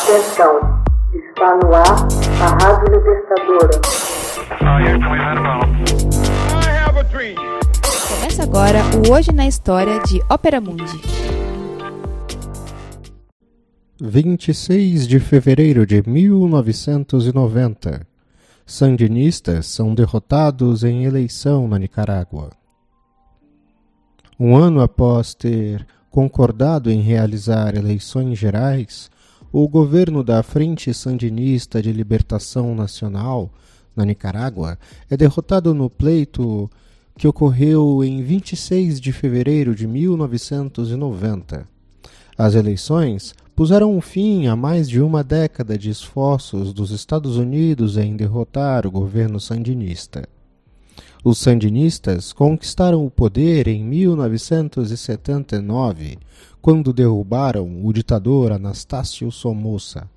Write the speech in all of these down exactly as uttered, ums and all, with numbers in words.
Atenção, está no ar a Rádio Libertadora. Começa agora o Hoje na História de Ópera Mundi. vinte e seis de fevereiro de mil novecentos e noventa. Sandinistas são derrotados em eleição na Nicarágua. Um ano após ter concordado em realizar eleições gerais, o governo da Frente Sandinista de Libertação Nacional, na Nicarágua, é derrotado no pleito que ocorreu em vinte e seis de fevereiro de mil novecentos e noventa. As eleições puseram um fim a mais de uma década de esforços dos Estados Unidos em derrotar o governo sandinista. Os sandinistas conquistaram o poder em mil novecentos e setenta e nove, quando derrubaram o ditador Anastácio Somoza.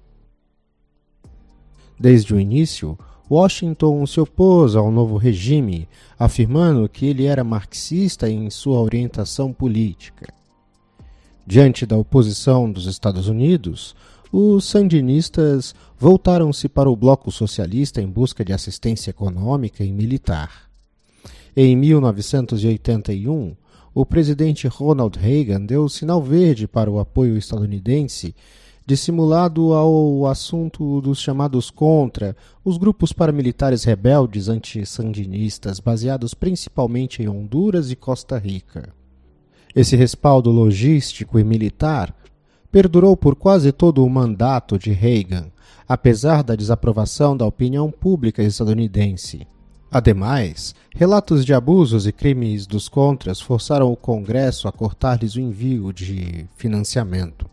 Desde o início, Washington se opôs ao novo regime, afirmando que ele era marxista em sua orientação política. Diante da oposição dos Estados Unidos, os sandinistas voltaram-se para o bloco socialista em busca de assistência econômica e militar. Em mil novecentos e oitenta e um, o presidente Ronald Reagan deu sinal verde para o apoio estadunidense, dissimulado ao assunto dos chamados Contra, os grupos paramilitares rebeldes anti-sandinistas baseados principalmente em Honduras e Costa Rica. Esse respaldo logístico e militar perdurou por quase todo o mandato de Reagan, apesar da desaprovação da opinião pública estadunidense. Ademais, relatos de abusos e crimes dos Contras forçaram o Congresso a cortar-lhes o envio de financiamento.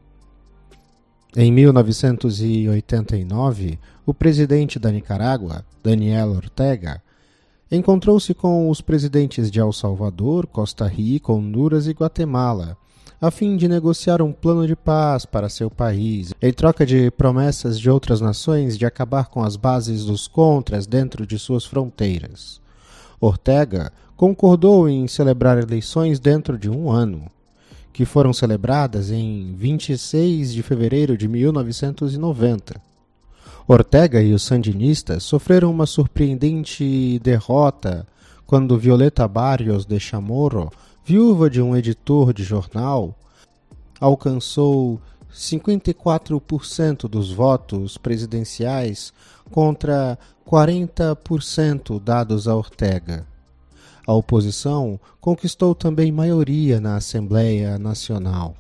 Em mil novecentos e oitenta e nove, o presidente da Nicarágua, Daniel Ortega, encontrou-se com os presidentes de El Salvador, Costa Rica, Honduras e Guatemala, a fim de negociar um plano de paz para seu país, em troca de promessas de outras nações de acabar com as bases dos Contras dentro de suas fronteiras. Ortega concordou em celebrar eleições dentro de um ano, que foram celebradas em vinte e seis de fevereiro de mil novecentos e noventa. Ortega e os sandinistas sofreram uma surpreendente derrota quando Violeta Barrios de Chamorro, viúva de um editor de jornal, alcançou cinquenta e quatro por cento dos votos presidenciais contra quarenta por cento dados a Ortega. A oposição conquistou também maioria na Assembleia Nacional.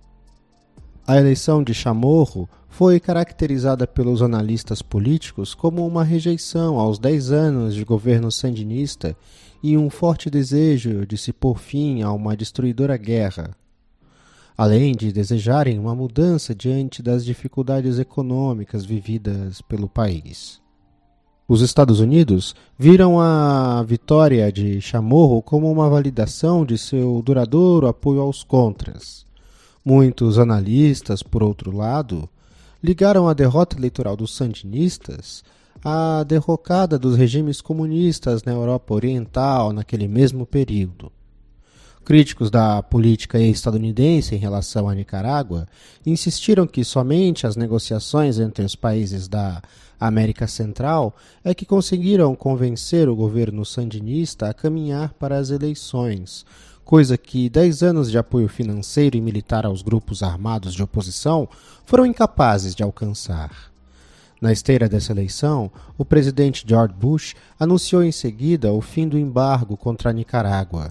A eleição de Chamorro foi caracterizada pelos analistas políticos como uma rejeição aos dez anos de governo sandinista e um forte desejo de se pôr fim a uma destruidora guerra, além de desejarem uma mudança diante das dificuldades econômicas vividas pelo país. Os Estados Unidos viram a vitória de Chamorro como uma validação de seu duradouro apoio aos Contras. Muitos analistas, por outro lado, ligaram a derrota eleitoral dos sandinistas à derrocada dos regimes comunistas na Europa Oriental naquele mesmo período. Críticos da política estadunidense em relação à Nicarágua insistiram que somente as negociações entre os países da América Central é que conseguiram convencer o governo sandinista a caminhar para as eleições, coisa que dez anos de apoio financeiro e militar aos grupos armados de oposição foram incapazes de alcançar. Na esteira dessa eleição, o presidente George Bush anunciou em seguida o fim do embargo contra a Nicarágua.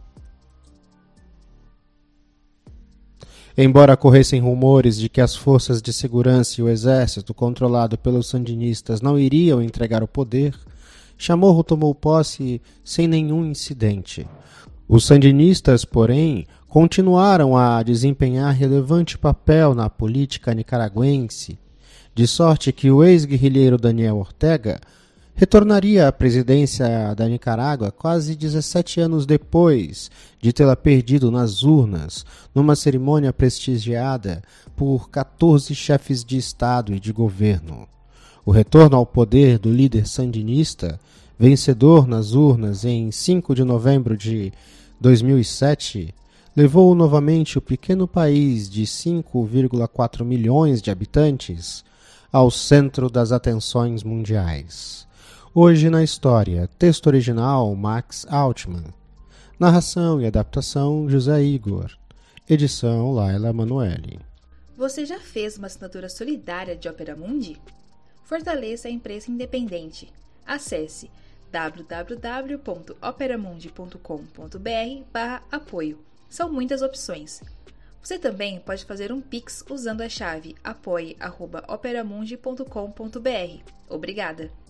Embora corressem rumores de que as forças de segurança e o exército controlado pelos sandinistas não iriam entregar o poder, Chamorro tomou posse sem nenhum incidente. Os sandinistas, porém, continuaram a desempenhar relevante papel na política nicaragüense, de sorte que o ex-guerrilheiro Daniel Ortega retornaria à presidência da Nicarágua quase dezessete anos depois de tê-la perdido nas urnas, numa cerimônia prestigiada por quatorze chefes de Estado e de governo. O retorno ao poder do líder sandinista, vencedor nas urnas em cinco de novembro de dois mil e sete, levou novamente o pequeno país de cinco vírgula quatro milhões de habitantes ao centro das atenções mundiais. Hoje na história, texto original Max Altman, narração e adaptação José Igor, edição Laila Manoeli. Você já fez uma assinatura solidária de Opera Mundi? Fortaleça a imprensa independente. Acesse w w w ponto operamundi ponto com ponto b r barra apoio. São muitas opções. Você também pode fazer um Pix usando a chave apoie arroba operamundi ponto com ponto b r. Obrigada!